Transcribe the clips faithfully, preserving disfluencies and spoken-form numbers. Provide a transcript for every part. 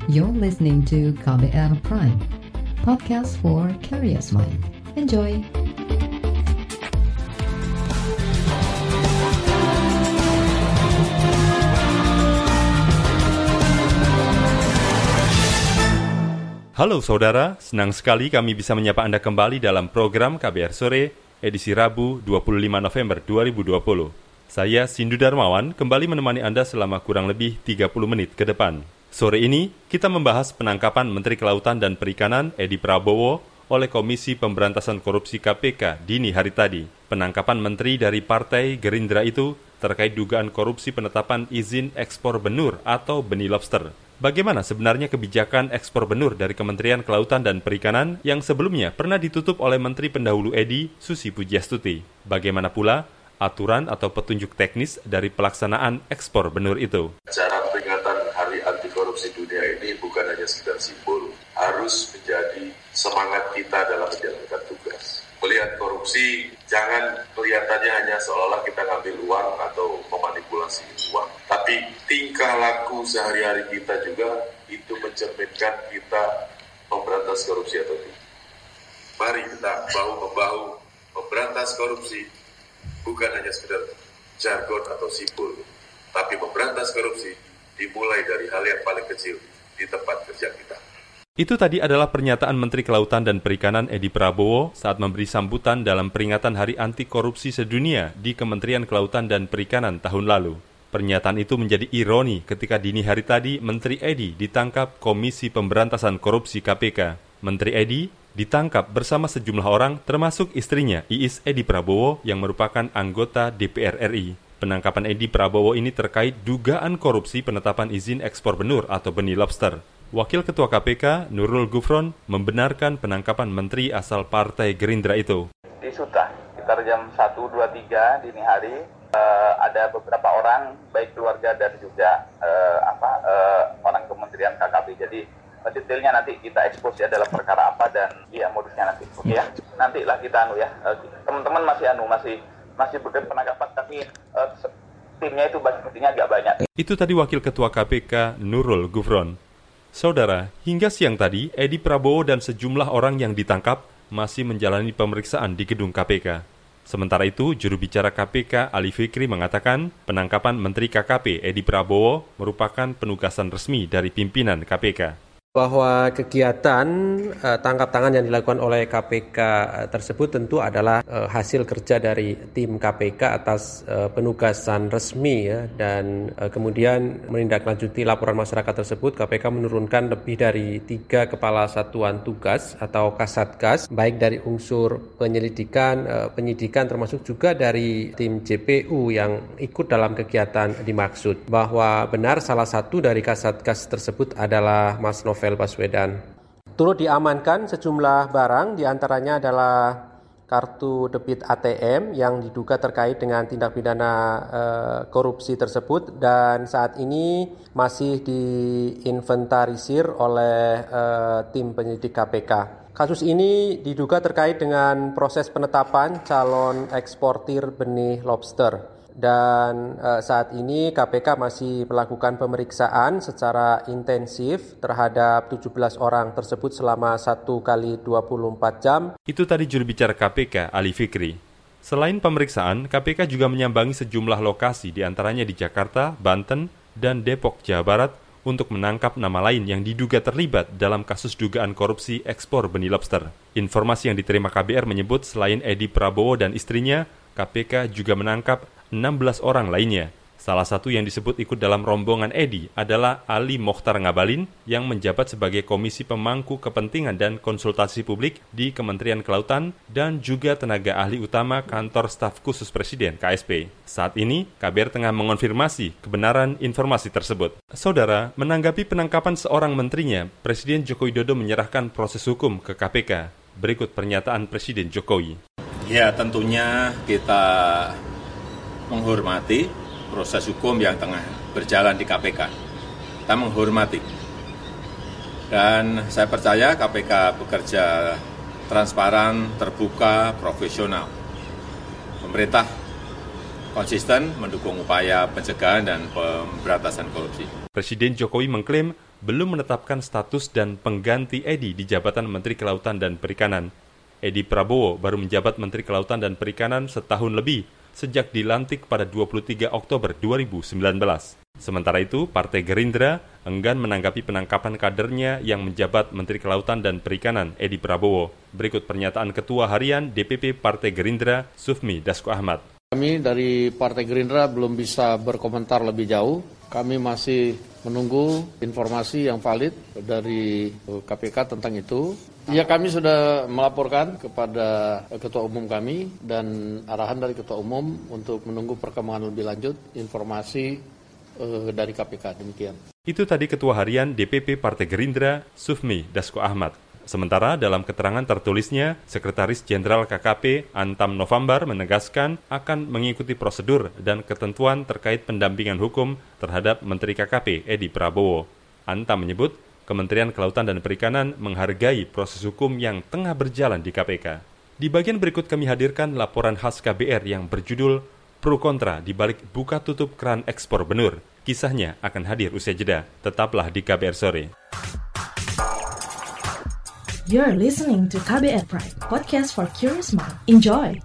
You're listening to K B R Prime, podcast for curious mind. Enjoy! Halo saudara, senang sekali kami bisa menyapa Anda kembali dalam program K B R Sore, edisi Rabu dua puluh lima November dua ribu dua puluh. Saya Sindu Darmawan kembali menemani Anda selama kurang lebih tiga puluh menit ke depan. Sore ini, kita membahas penangkapan Menteri Kelautan dan Perikanan Edi Prabowo oleh Komisi Pemberantasan Korupsi K P K dini hari tadi. Penangkapan Menteri dari Partai Gerindra itu terkait dugaan korupsi penetapan izin ekspor benur atau benih lobster. Bagaimana sebenarnya kebijakan ekspor benur dari Kementerian Kelautan dan Perikanan yang sebelumnya pernah ditutup oleh Menteri Pendahulu Edi, Susi Pujiastuti? Bagaimana pula aturan atau petunjuk teknis dari pelaksanaan ekspor benur itu? Acara peringatan Hari Anti Korupsi Dunia ini bukan hanya sekedar simbol, harus menjadi semangat kita dalam menjalankan tugas. Melihat korupsi, jangan kelihatannya hanya seolah kita ngambil uang atau memanipulasi uang. Tapi tingkah laku sehari-hari kita juga itu mencerminkan kita memberantas korupsi atau tidak. Mari kita bahu-membahu memberantas korupsi, bukan hanya sekedar jargon atau simbol. Tapi memberantas korupsi dimulai dari hal yang paling kecil di tempat kerja kita. Itu tadi adalah pernyataan Menteri Kelautan dan Perikanan Edi Prabowo saat memberi sambutan dalam peringatan Hari Anti Korupsi Sedunia di Kementerian Kelautan dan Perikanan tahun lalu. Pernyataan itu menjadi ironi ketika dini hari tadi Menteri Edi ditangkap Komisi Pemberantasan Korupsi K P K. Menteri Edi ditangkap bersama sejumlah orang termasuk istrinya Iis Edi Prabowo yang merupakan anggota D P R R I. Penangkapan Edi Prabowo ini terkait dugaan korupsi penetapan izin ekspor benur atau benih lobster. Wakil Ketua K P K, Nurul Gufron, membenarkan penangkapan menteri asal Partai Gerindra itu. Sudah, sekitar jam satu, dua, tiga dini hari, uh, ada beberapa orang, baik keluarga dan juga uh, apa uh, orang Kementerian K K P. Jadi uh, detailnya nanti kita ekspos ya dalam perkara apa dan ya modusnya nanti. Oke ya, nantilah kita anu ya. Uh, teman-teman masih anu masih masih bekerja penangkapan, tapi uh, timnya itu sepertinya agak banyak. Itu tadi Wakil Ketua K P K, Nurul Gufron. Saudara, hingga siang tadi, Edi Prabowo dan sejumlah orang yang ditangkap masih menjalani pemeriksaan di gedung K P K. Sementara itu, juru bicara K P K Ali Fikri mengatakan penangkapan Menteri K K P Edi Prabowo merupakan penugasan resmi dari pimpinan K P K. Bahwa kegiatan uh, tangkap tangan yang dilakukan oleh K P K uh, tersebut tentu adalah uh, hasil kerja dari tim K P K atas uh, penugasan resmi ya, dan uh, kemudian menindaklanjuti laporan masyarakat tersebut. K P K menurunkan lebih dari tiga kepala satuan tugas atau Kasatgas, baik dari unsur penyelidikan, uh, penyidikan termasuk juga dari tim J P U yang ikut dalam kegiatan dimaksud. Bahwa benar salah satu dari Kasatgas tersebut adalah Mas Novel Baswedan. Turut diamankan sejumlah barang, diantaranya adalah kartu debit A T M yang diduga terkait dengan tindak pidana eh, korupsi tersebut dan saat ini masih diinventarisir oleh eh, tim penyidik K P K. Kasus ini diduga terkait dengan proses penetapan calon eksportir benih lobster. Dan eh, saat ini K P K masih melakukan pemeriksaan secara intensif terhadap tujuh belas orang tersebut selama satu kali dua puluh empat jam. Itu tadi juru bicara K P K Ali Fikri. Selain pemeriksaan, K P K juga menyambangi sejumlah lokasi diantaranya di Jakarta, Banten, dan Depok, Jawa Barat untuk menangkap nama lain yang diduga terlibat dalam kasus dugaan korupsi ekspor benih lobster. Informasi yang diterima K B R menyebut selain Edi Prabowo dan istrinya, K P K juga menangkap enam belas orang lainnya. Salah satu yang disebut ikut dalam rombongan Edi adalah Ali Mokhtar Ngabalin yang menjabat sebagai Komisi Pemangku Kepentingan dan Konsultasi Publik di Kementerian Kelautan dan juga tenaga ahli utama Kantor Staf Khusus Presiden K S P. Saat ini, K B R tengah mengonfirmasi kebenaran informasi tersebut. Saudara, menanggapi penangkapan seorang menterinya, Presiden Joko Widodo menyerahkan proses hukum ke K P K. Berikut pernyataan Presiden Jokowi. Ya, tentunya kita menghormati proses hukum yang tengah berjalan di K P K. Kita menghormati. Dan saya percaya K P K bekerja transparan, terbuka, profesional. Pemerintah konsisten mendukung upaya pencegahan dan pemberantasan korupsi. Presiden Jokowi mengklaim belum menetapkan status dan pengganti Edi di jabatan Menteri Kelautan dan Perikanan. Edi Prabowo baru menjabat Menteri Kelautan dan Perikanan setahun lebih sejak dilantik pada dua puluh tiga Oktober dua ribu sembilan belas. Sementara itu, Partai Gerindra enggan menanggapi penangkapan kadernya yang menjabat Menteri Kelautan dan Perikanan, Edi Prabowo. Berikut pernyataan Ketua Harian D P P Partai Gerindra, Sufmi Dasko Ahmad. Kami dari Partai Gerindra belum bisa berkomentar lebih jauh. Kami masih menunggu informasi yang valid dari K P K tentang itu. Ya, kami sudah melaporkan kepada Ketua Umum kami dan arahan dari Ketua Umum untuk menunggu perkembangan lebih lanjut informasi uh, dari K P K. Demikian. Itu tadi Ketua Harian D P P Partai Gerindra, Sufmi Dasko Ahmad. Sementara dalam keterangan tertulisnya, Sekretaris Jenderal K K P Antam November menegaskan akan mengikuti prosedur dan ketentuan terkait pendampingan hukum terhadap Menteri K K P Edi Prabowo. Antam menyebut, Kementerian Kelautan dan Perikanan menghargai proses hukum yang tengah berjalan di K P K. Di bagian berikut kami hadirkan laporan khas K B R yang berjudul Pro Kontra di balik buka tutup keran ekspor benur. Kisahnya akan hadir usai jeda. Tetaplah di K B R Sore. You're listening to K B R Prime, podcast for curious mind. Enjoy!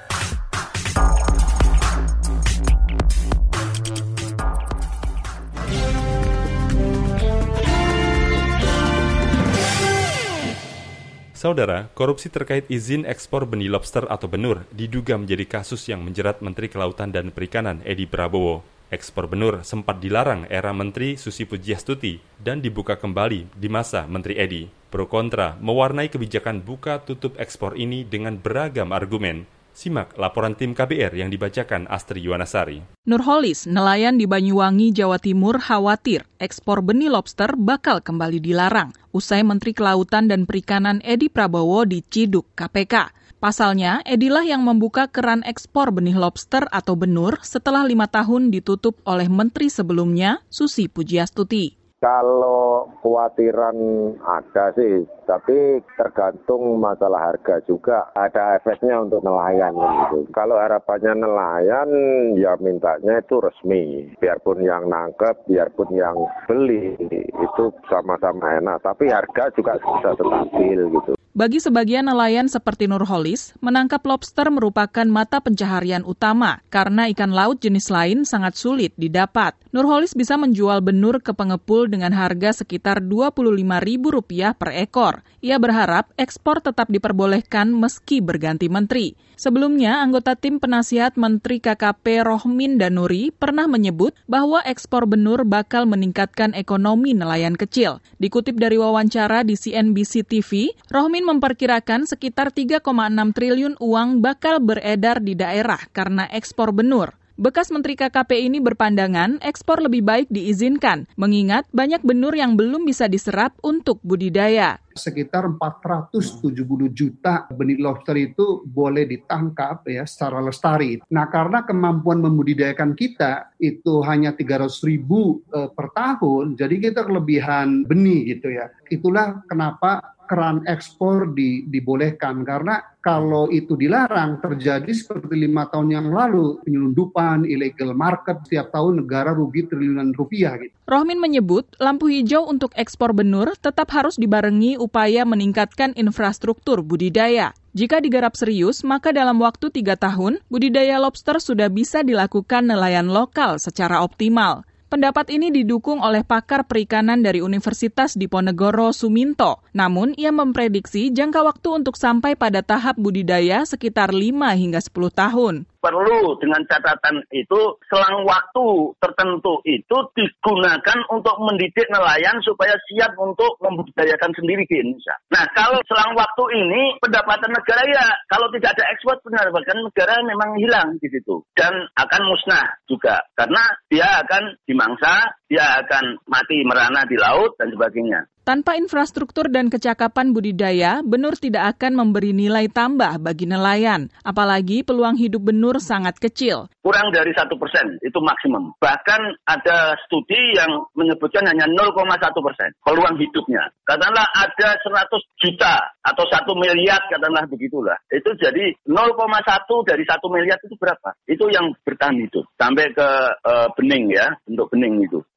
Saudara, korupsi terkait izin ekspor benih lobster atau benur diduga menjadi kasus yang menjerat Menteri Kelautan dan Perikanan Edi Prabowo. Ekspor benur sempat dilarang era Menteri Susi Pujiastuti dan dibuka kembali di masa Menteri Edi. Pro kontra mewarnai kebijakan buka tutup ekspor ini dengan beragam argumen. Simak laporan tim K B R yang dibacakan Astri Yuwanasari. Nurholis, nelayan di Banyuwangi, Jawa Timur khawatir ekspor benih lobster bakal kembali dilarang usai Menteri Kelautan dan Perikanan Edi Prabowo diciduk K P K. Pasalnya, Edilah yang membuka keran ekspor benih lobster atau benur setelah lima tahun ditutup oleh Menteri sebelumnya, Susi Pujiastuti. Kalau kekhawatiran ada sih, tapi tergantung masalah harga juga. Ada efeknya untuk nelayan gitu. Kalau harapannya nelayan, ya mintanya itu resmi. Biarpun yang nangkep, biarpun yang beli, itu sama-sama enak. Tapi harga juga bisa stabil gitu. Bagi sebagian nelayan seperti Nurholis, menangkap lobster merupakan mata pencaharian utama karena ikan laut jenis lain sangat sulit didapat. Nurholis bisa menjual benur ke pengepul dengan harga sekitar dua puluh lima ribu rupiah per ekor. Ia berharap ekspor tetap diperbolehkan meski berganti menteri. Sebelumnya, anggota tim penasihat Menteri K K P Rohmin Danuri pernah menyebut bahwa ekspor benur bakal meningkatkan ekonomi nelayan kecil. Dikutip dari wawancara di C N B C T V, Rohmin memperkirakan sekitar tiga koma enam triliun uang bakal beredar di daerah karena ekspor benur. Bekas Menteri K K P ini berpandangan ekspor lebih baik diizinkan, mengingat banyak benur yang belum bisa diserap untuk budidaya. Sekitar empat ratus tujuh puluh juta benih lobster itu boleh ditangkap ya secara lestari. Nah, karena kemampuan membudidayakan kita itu hanya tiga ratus ribu e, per tahun, jadi kita kelebihan benih gitu ya. Itulah kenapa keran ekspor di, dibolehkan, karena kalau itu dilarang terjadi seperti lima tahun yang lalu, penyelundupan, illegal market, setiap tahun negara rugi triliunan rupiah. Gitu. Rohmin menyebut lampu hijau untuk ekspor benur tetap harus dibarengi upaya meningkatkan infrastruktur budidaya. Jika digarap serius, maka dalam waktu tiga tahun, budidaya lobster sudah bisa dilakukan nelayan lokal secara optimal. Pendapat ini didukung oleh pakar perikanan dari Universitas Diponegoro Suminto. Namun, ia memprediksi jangka waktu untuk sampai pada tahap budidaya sekitar lima hingga sepuluh tahun. Perlu dengan catatan itu selang waktu tertentu itu digunakan untuk mendidik nelayan supaya siap untuk membudidayakan sendiri di Indonesia. Nah, kalau selang waktu ini pendapatan negara ya kalau tidak ada ekspor pendapatan negara memang hilang di situ dan akan musnah juga karena dia akan dimangsa, dia akan mati merana di laut dan sebagainya. Tanpa infrastruktur dan kecakapan budidaya, benur tidak akan memberi nilai tambah bagi nelayan. Apalagi peluang hidup benur sangat kecil. Kurang dari satu persen, itu maksimum. Bahkan ada studi yang menyebutkan hanya nol koma satu persen peluang hidupnya. Katakanlah ada seratus juta atau satu miliar, katakanlah begitulah. Itu jadi nol koma satu dari satu miliar itu berapa? Itu yang bertahan hidup. Sampai ke e, bening ya, bentuk bening itu.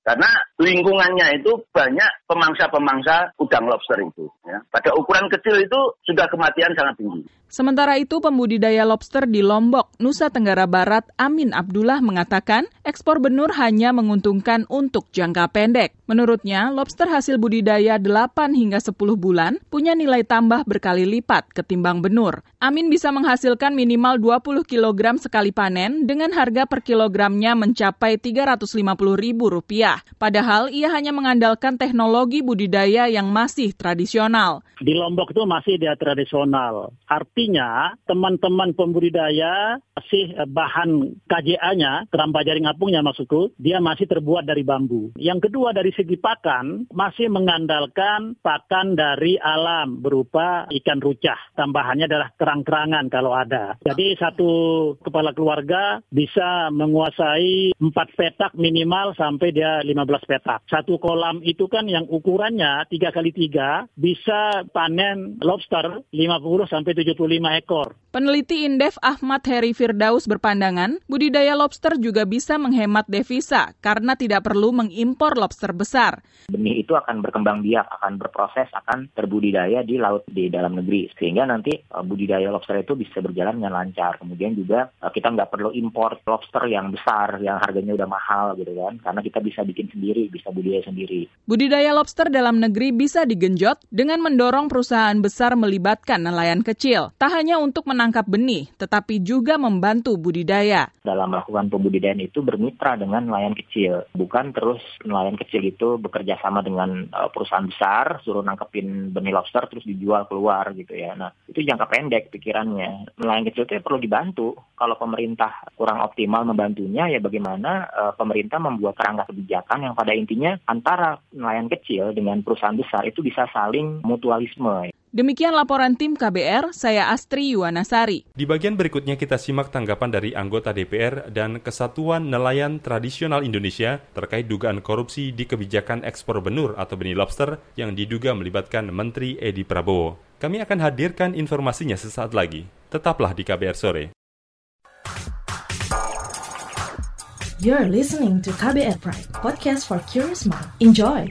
Karena lingkungannya itu banyak pemangsa-pemangsa udang lobster itu. Ya. Pada ukuran kecil itu sudah kematian sangat tinggi. Sementara itu, pembudidaya lobster di Lombok, Nusa Tenggara Barat, Amin Abdullah mengatakan ekspor benur hanya menguntungkan untuk jangka pendek. Menurutnya, lobster hasil budidaya delapan hingga sepuluh bulan punya nilai tambah berkali lipat ketimbang benur. Amin bisa menghasilkan minimal dua puluh kilogram sekali panen dengan harga per kilogramnya mencapai tiga ratus lima puluh ribu rupiah. Padahal ia hanya mengandalkan teknologi budidaya yang masih tradisional. Di Lombok itu masih dia tradisional. Artinya teman-teman pembudidaya masih bahan K J A-nya, keramba jaring apungnya maksudku, dia masih terbuat dari bambu. Yang kedua dari segi pakan, masih mengandalkan pakan dari alam berupa ikan rucah. Tambahannya adalah kerang-kerangan kalau ada. Jadi satu kepala keluarga bisa menguasai empat petak minimal sampai dia lima belas petak. Satu kolam itu kan yang ukurannya tiga kali tiga bisa panen lobster lima puluh sampai tujuh puluh lima ekor. Peneliti Indef Ahmad Heri Firdaus berpandangan, budidaya lobster juga bisa menghemat devisa karena tidak perlu mengimpor lobster besar. Benih itu akan berkembang biak, akan berproses, akan terbudidaya di laut di dalam negeri. Sehingga nanti budidaya lobster itu bisa berjalan dengan lancar. Kemudian juga kita nggak perlu impor lobster yang besar, yang harganya udah mahal gitu kan. Karena kita bisa bikin sendiri, bisa budidaya sendiri. Budidaya lobster dalam negeri bisa digenjot dengan mendorong perusahaan besar melibatkan nelayan kecil. Tak hanya untuk menangkap benih, tetapi juga membantu budidaya. Dalam melakukan pembudidayaan itu bermitra dengan nelayan kecil. Bukan terus nelayan kecil itu bekerja sama dengan uh, perusahaan besar, suruh nangkepin benih lobster terus dijual keluar gitu ya. Nah, itu jangka pendek pikirannya. Nelayan kecil itu perlu dibantu. Kalau pemerintah kurang optimal membantunya, ya bagaimana uh, pemerintah membuat kerangka kebijakan yang pada intinya antara nelayan kecil dengan perusahaan besar itu bisa saling mutualisme. Demikian laporan tim K B R, saya Astri Yuwanasari. Di bagian berikutnya kita simak tanggapan dari anggota D P R dan Kesatuan Nelayan Tradisional Indonesia terkait dugaan korupsi di kebijakan ekspor benur atau benih lobster yang diduga melibatkan Menteri Edi Prabowo. Kami akan hadirkan informasinya sesaat lagi. Tetaplah di K B R Sore. You're listening to K B R Pride, podcast for curious mind. Enjoy!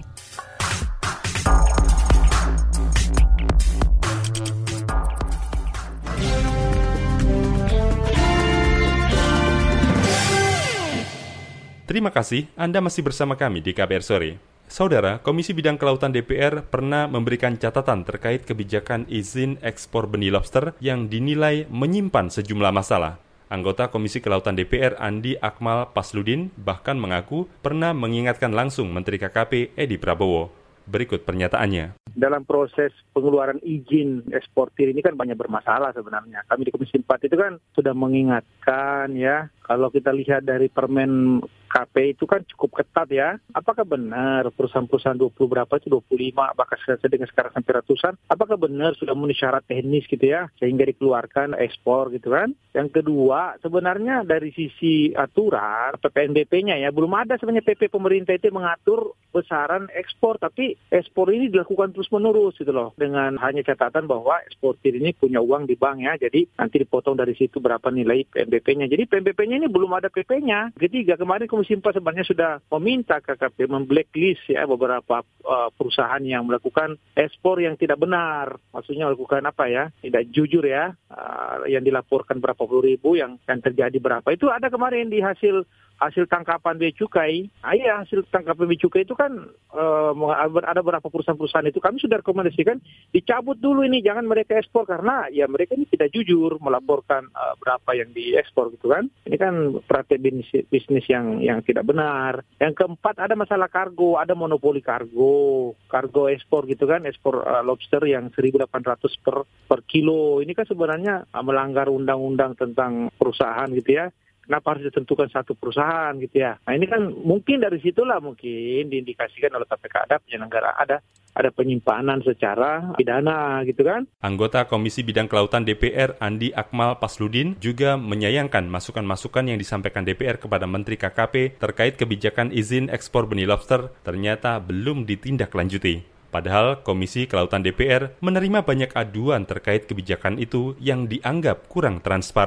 Terima kasih Anda masih bersama kami di K B R Sore. Saudara, Komisi Bidang Kelautan D P R pernah memberikan catatan terkait kebijakan izin ekspor benih lobster yang dinilai menyimpan sejumlah masalah. Anggota Komisi Kelautan D P R Andi Akmal Pasludin bahkan mengaku pernah mengingatkan langsung Menteri K K P Edi Prabowo. Berikut pernyataannya. Dalam proses pengeluaran izin eksportir ini kan banyak bermasalah sebenarnya. Kami di Komisi empat itu kan sudah mengingatkan ya, kalau kita lihat dari Permen K P itu kan cukup ketat ya. Apakah benar perusahaan-perusahaan dua puluh berapa itu dua puluh lima, apakah dengan sekarang sampai ratusan, apakah benar sudah memenuhi syarat teknis gitu ya, sehingga dikeluarkan ekspor gitu kan. Yang kedua, sebenarnya dari sisi aturan P P N B P-nya ya, belum ada sebenarnya P P pemerintah itu mengatur besaran ekspor, tapi ekspor ini dilakukan terus-menerus gitu loh, dengan hanya catatan bahwa eksportir ini punya uang di bank ya, jadi nanti dipotong dari situ berapa nilai P N B P-nya. Jadi P N B P-nya ini belum ada P P-nya. Ketiga, kemarin Komisi empat sebenarnya sudah meminta K K P memblacklist ya beberapa uh, perusahaan yang melakukan ekspor yang tidak benar, maksudnya melakukan apa ya, tidak jujur ya, uh, yang dilaporkan berapa puluh ribu, yang yang terjadi berapa. Itu ada kemarin di hasil hasil tangkapan bea cukai. Ah, iya, hasil tangkapan bea cukai itu kan uh, ada beberapa perusahaan-perusahaan itu kami sudah rekomendasikan dicabut dulu ini, jangan mereka ekspor karena ya mereka ini tidak jujur melaporkan uh, berapa yang diekspor gitu kan. Ini kan praktek bisnis, bisnis yang yang tidak benar. Yang keempat, ada masalah kargo, ada monopoli kargo, kargo ekspor gitu kan, ekspor uh, lobster yang seribu delapan ratus per per kilo. Ini kan sebenarnya uh, melanggar undang-undang tentang perusahaan gitu ya. Kenapa harus ditentukan satu perusahaan gitu ya? Nah ini kan mungkin dari situlah mungkin diindikasikan oleh K P K ada penyelenggara ada ada penyimpanan secara pidana gitu kan. Anggota Komisi Bidang Kelautan D P R Andi Akmal Pasludin juga menyayangkan masukan-masukan yang disampaikan D P R kepada Menteri K K P terkait kebijakan izin ekspor benih lobster ternyata belum ditindaklanjuti. Padahal Komisi Kelautan D P R menerima banyak aduan terkait kebijakan itu yang dianggap kurang transparan.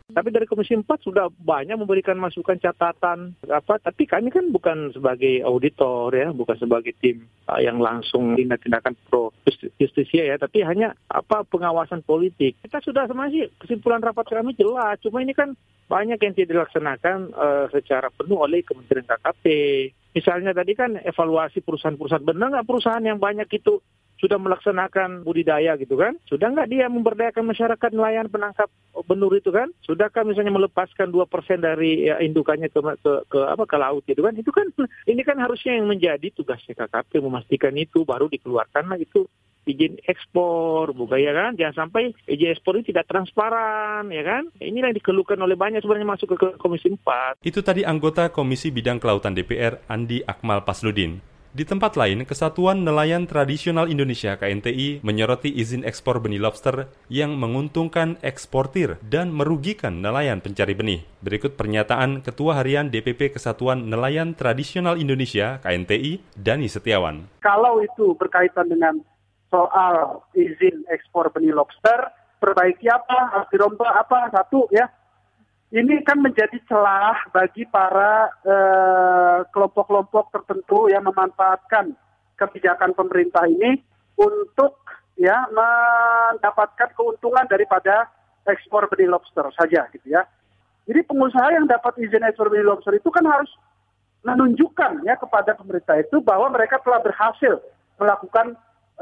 Tapi dari Komisi empat sudah banyak memberikan masukan catatan apa, tapi kami kan bukan sebagai auditor ya, bukan sebagai tim uh, yang langsung tindak-tindakan pro justisia ya, tapi hanya apa pengawasan politik. Kita sudah masih kesimpulan rapat kami jelas, cuma ini kan banyak yang tidak dilaksanakan uh, secara penuh oleh Kementerian K K P. Misalnya tadi kan evaluasi perusahaan-perusahaan, benar nggak perusahaan yang banyak itu sudah melaksanakan budidaya gitu kan? Sudah nggak dia memberdayakan masyarakat nelayan penangkap benur itu kan? Sudahkah misalnya melepaskan dua persen dari ya, indukannya ke, ke, ke apa ke laut gitu kan? Itu kan ini kan harusnya yang menjadi tugasnya K K P memastikan itu, baru dikeluarkanlah itu izin ekspor, bukan ya kan? Jangan sampai izin ekspor ini tidak transparan, ya kan? Inilah yang dikeluhkan oleh banyak sebenarnya masuk ke, ke Komisi empat. Itu tadi anggota Komisi Bidang Kelautan D P R, Andi Akmal Pasludin. Di tempat lain, Kesatuan Nelayan Tradisional Indonesia K N T I menyoroti izin ekspor benih lobster yang menguntungkan eksportir dan merugikan nelayan pencari benih. Berikut pernyataan Ketua Harian D P P Kesatuan Nelayan Tradisional Indonesia K N T I, Dani Setiawan. Kalau itu berkaitan dengan soal izin ekspor benih lobster, perbaiki apa, harus dirombak apa, satu ya. Ini kan menjadi celah bagi para eh, kelompok-kelompok tertentu yang memanfaatkan kebijakan pemerintah ini untuk ya mendapatkan keuntungan daripada ekspor benih lobster saja gitu ya. Jadi pengusaha yang dapat izin ekspor benih lobster itu kan harus menunjukkan ya kepada pemerintah itu bahwa mereka telah berhasil melakukan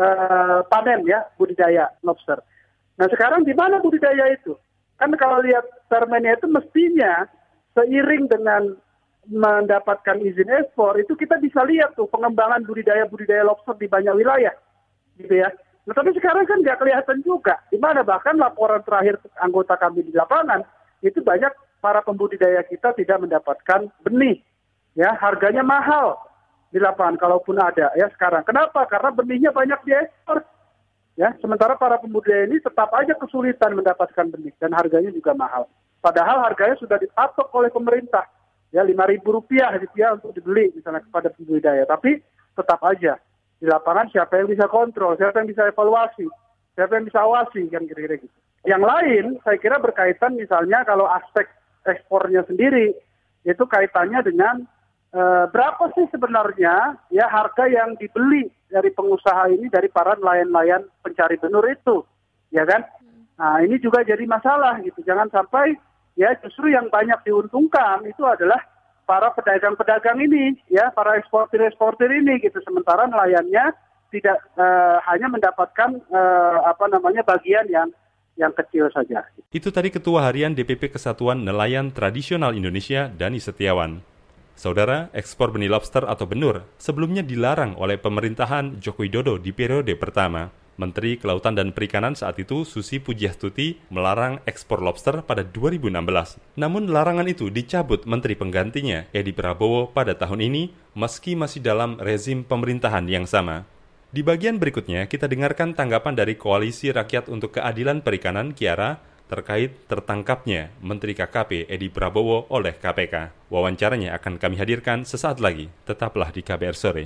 eh, panen ya budidaya lobster. Nah sekarang di mana budidaya itu? Kan kalau lihat permennya itu mestinya seiring dengan mendapatkan izin ekspor itu kita bisa lihat tuh pengembangan budidaya-budidaya lobster di banyak wilayah, gitu ya. Nah tapi sekarang kan nggak kelihatan juga. Di mana bahkan laporan terakhir anggota kami di lapangan itu banyak para pembudidaya kita tidak mendapatkan benih, ya harganya mahal di lapangan kalaupun ada ya sekarang. Kenapa? Karena benihnya banyak diekspor. Ya, sementara para pembudidaya ini tetap aja kesulitan mendapatkan benih dan harganya juga mahal. Padahal harganya sudah dipatok oleh pemerintah, ya lima ribu rupiah gitu ya untuk dibeli misalnya kepada pembudidaya. Tapi tetap aja di lapangan siapa yang bisa kontrol, siapa yang bisa evaluasi, siapa yang bisa awasi kan kira-kira gitu. Yang lain saya kira berkaitan misalnya kalau aspek ekspornya sendiri itu kaitannya dengan eh, berapa sih sebenarnya ya harga yang dibeli dari pengusaha ini dari para nelayan-nelayan pencari benur itu, ya kan? Nah ini juga jadi masalah gitu. Jangan sampai ya justru yang banyak diuntungkan itu adalah para pedagang-pedagang ini, ya para eksportir-eksportir ini gitu. Sementara nelayannya tidak uh, hanya mendapatkan uh, apa namanya bagian yang yang kecil saja. Itu tadi Ketua Harian D P P Kesatuan Nelayan Tradisional Indonesia, Dani Setiawan. Saudara, ekspor benih lobster atau benur sebelumnya dilarang oleh pemerintahan Joko Widodo di periode pertama. Menteri Kelautan dan Perikanan saat itu, Susi Pujiastuti, melarang ekspor lobster pada dua ribu enam belas. Namun larangan itu dicabut Menteri penggantinya, Edi Prabowo, pada tahun ini, meski masih dalam rezim pemerintahan yang sama. Di bagian berikutnya, kita dengarkan tanggapan dari Koalisi Rakyat untuk Keadilan Perikanan, Kiara, terkait tertangkapnya Menteri K K P Edi Prabowo oleh K P K. Wawancaranya akan kami hadirkan sesaat lagi. Tetaplah di K B R Sore.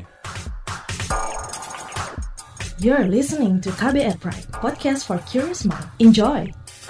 You're listening to K B R Pride, podcast for curious mind. Enjoy!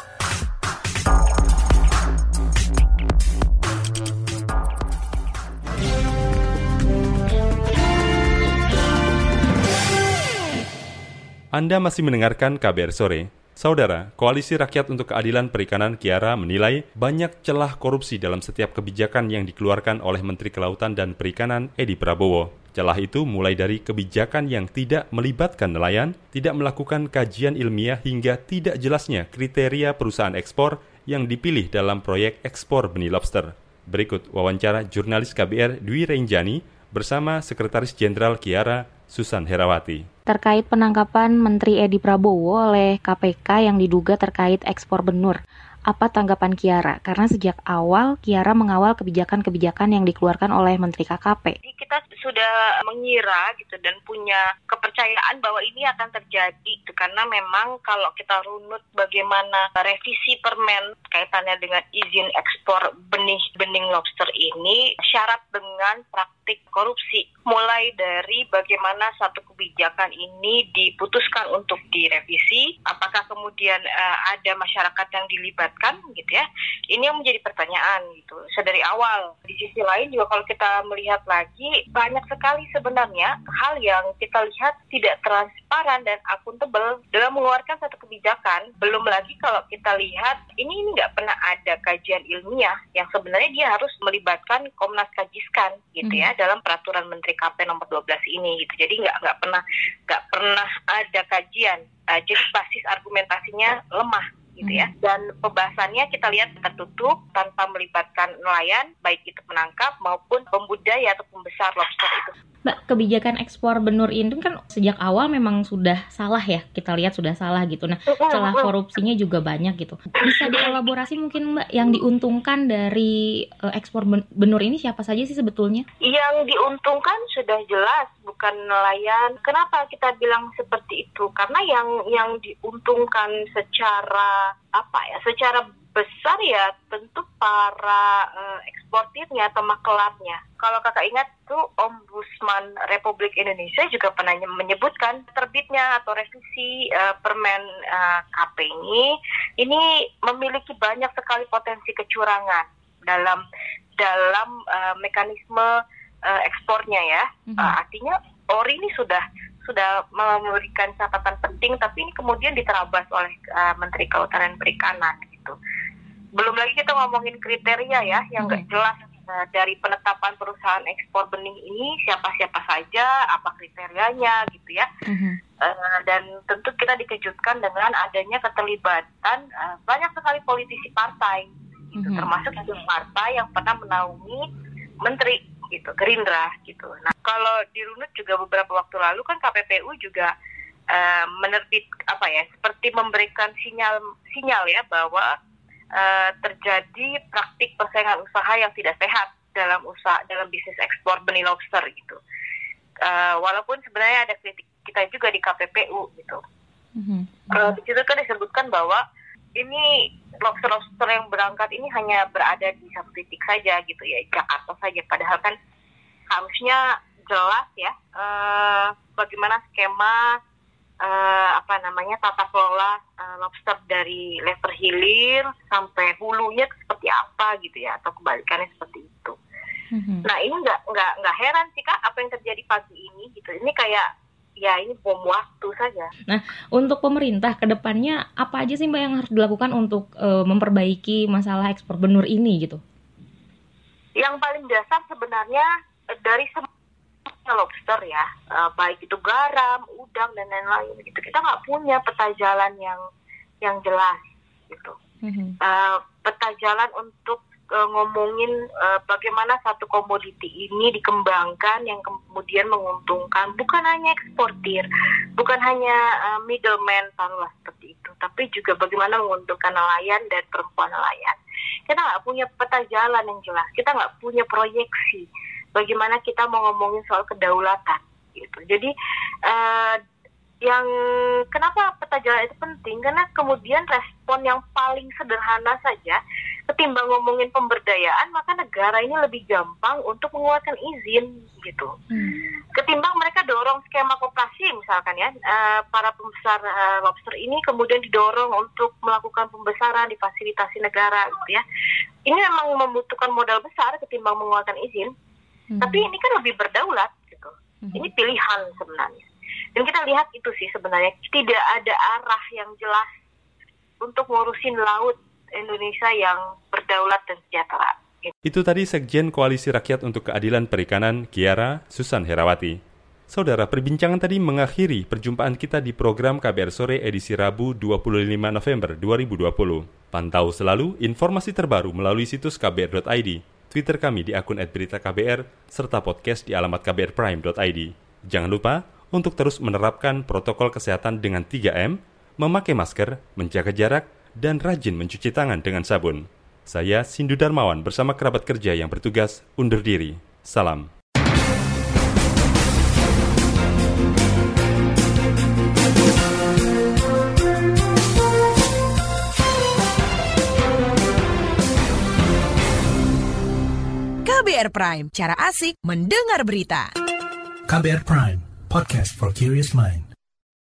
Anda masih mendengarkan K B R Sore. Saudara, Koalisi Rakyat untuk Keadilan Perikanan Kiara menilai banyak celah korupsi dalam setiap kebijakan yang dikeluarkan oleh Menteri Kelautan dan Perikanan Edi Prabowo. Celah itu mulai dari kebijakan yang tidak melibatkan nelayan, tidak melakukan kajian ilmiah hingga tidak jelasnya kriteria perusahaan ekspor yang dipilih dalam proyek ekspor benih lobster. Berikut wawancara jurnalis K B R Dwi Renjani bersama Sekretaris Jenderal Kiara, Susan Herawati. Terkait penangkapan Menteri Edi Prabowo oleh K P K yang diduga terkait ekspor benur. Apa tanggapan Kiara? Karena sejak awal Kiara mengawal kebijakan-kebijakan yang dikeluarkan oleh Menteri K K P. Kita sudah mengira gitu dan punya kepercayaan bahwa ini akan terjadi gitu. Karena memang kalau kita runut bagaimana revisi permen kaitannya dengan izin ekspor benih-benih lobster ini, syarat dengan praktik praktik korupsi. Mulai dari bagaimana satu kebijakan ini diputuskan untuk direvisi, apakah kemudian uh, ada masyarakat yang dilibatkan gitu ya. Ini yang menjadi pertanyaan gitu sedari awal. Di sisi lain juga kalau kita melihat lagi, banyak sekali sebenarnya hal yang kita lihat tidak transparan dan akuntabel dalam mengeluarkan satu kebijakan. Belum lagi kalau kita lihat ini ini nggak pernah ada kajian ilmiah yang sebenarnya dia harus melibatkan Komnas Kajiskan gitu ya hmm. dalam peraturan Menteri K P nomor dua belas ini gitu. Jadi nggak nggak pernah nggak pernah ada kajian. Uh, jadi basis argumentasinya lemah gitu ya. Dan pembahasannya kita lihat tertutup tanpa melibatkan nelayan, baik itu penangkap maupun pembudidaya atau pembesar lobster itu. Mbak, kebijakan ekspor benur ini kan sejak awal memang sudah salah ya, kita lihat sudah salah gitu. Nah, celah korupsinya juga banyak gitu. Bisa dielaborasi mungkin Mbak, yang diuntungkan dari uh, ekspor benur ini siapa saja sih sebetulnya? Yang diuntungkan sudah jelas bukan nelayan. Kenapa kita bilang seperti itu? Karena yang yang diuntungkan secara apa ya? Secara besar ya tentu para uh, eksportirnya atau makelarnya. Kalau kakak ingat tuh Ombudsman Republik Indonesia juga pernah menyebutkan terbitnya atau revisi uh, Permen uh, K P ini ini memiliki banyak sekali potensi kecurangan dalam dalam uh, mekanisme uh, ekspornya ya. Mm-hmm. Uh, artinya O R I ini sudah sudah memberikan catatan penting, tapi ini kemudian diterabas oleh uh, Menteri Kelautan dan Perikanan gitu. Belum lagi kita ngomongin kriteria ya yang nggak jelas uh, dari penetapan perusahaan ekspor benih ini siapa-siapa saja, apa kriterianya gitu ya. Mm-hmm. Uh, dan tentu kita dikejutkan dengan adanya keterlibatan uh, banyak sekali politisi partai, gitu, mm-hmm. termasuk juga partai yang pernah menaungi menteri gitu, Gerindra gitu. Nah kalau dirunut juga beberapa waktu lalu kan K P P U juga uh, menerbit apa ya seperti memberikan sinyal sinyal ya bahwa Uh, terjadi praktik persaingan usaha yang tidak sehat dalam usaha dalam bisnis ekspor benih lobster gitu. Uh, walaupun sebenarnya ada kritik kita juga di K P P U gitu. Mm-hmm. Uh, di situ kan disebutkan bahwa ini lobster-lobster yang berangkat ini hanya berada di satu titik saja gitu ya, Jakarta saja. Padahal kan harusnya jelas ya uh, bagaimana skema Uh, apa namanya tata kelola uh, lobster dari level hilir sampai hulunya seperti apa gitu ya, atau kebalikannya seperti itu. Mm-hmm. Nah ini nggak nggak nggak heran sih Kak apa yang terjadi pagi ini gitu. Ini kayak ya ini bom waktu saja. Nah untuk pemerintah kedepannya apa aja sih Mbak yang harus dilakukan untuk uh, memperbaiki masalah ekspor benur ini gitu? Yang paling dasar sebenarnya uh, dari semua lobster ya, uh, baik itu garam, udang dan lain-lain gitu. Kita nggak punya peta jalan yang yang jelas gitu. Mm-hmm. Uh, peta jalan untuk uh, ngomongin uh, bagaimana satu komoditi ini dikembangkan yang kemudian menguntungkan bukan hanya eksportir, bukan hanya uh, middleman taruhlah seperti itu, tapi juga bagaimana menguntungkan nelayan dan perempuan nelayan. Kita nggak punya peta jalan yang jelas. Kita nggak punya proyeksi bagaimana kita mau ngomongin soal kedaulatan gitu. Jadi uh, yang kenapa peta jalan itu penting? Karena kemudian respon yang paling sederhana saja, ketimbang ngomongin pemberdayaan, maka negara ini lebih gampang untuk mengeluarkan izin gitu. Hmm. Ketimbang mereka dorong skema koperasi misalkan ya, uh, para pembesar uh, lobster ini kemudian didorong untuk melakukan pembesaran difasilitasi negara gitu ya. Ini memang membutuhkan modal besar ketimbang mengeluarkan izin. Hmm. Tapi ini kan lebih berdaulat gitu. Hmm. Ini pilihan sebenarnya. Dan kita lihat itu sih sebenarnya tidak ada arah yang jelas untuk ngurusin laut Indonesia yang berdaulat dan sejahtera. Gitu. Itu tadi Sekjen Koalisi Rakyat untuk Keadilan Perikanan Kiara Susan Herawati. Saudara, perbincangan tadi mengakhiri perjumpaan kita di program K B R Sore edisi Rabu dua puluh lima November dua ribu dua puluh. Pantau selalu informasi terbaru melalui situs k b r dot i d. Twitter kami di akun et berita k b r, serta podcast di alamat k b r prime dot i d. Jangan lupa untuk terus menerapkan protokol kesehatan dengan tiga M, memakai masker, menjaga jarak, dan rajin mencuci tangan dengan sabun. Saya Sindu Darmawan bersama kerabat kerja yang bertugas undur diri. Salam. K B R Prime, cara asik mendengar berita. K B R Prime, podcast for curious mind.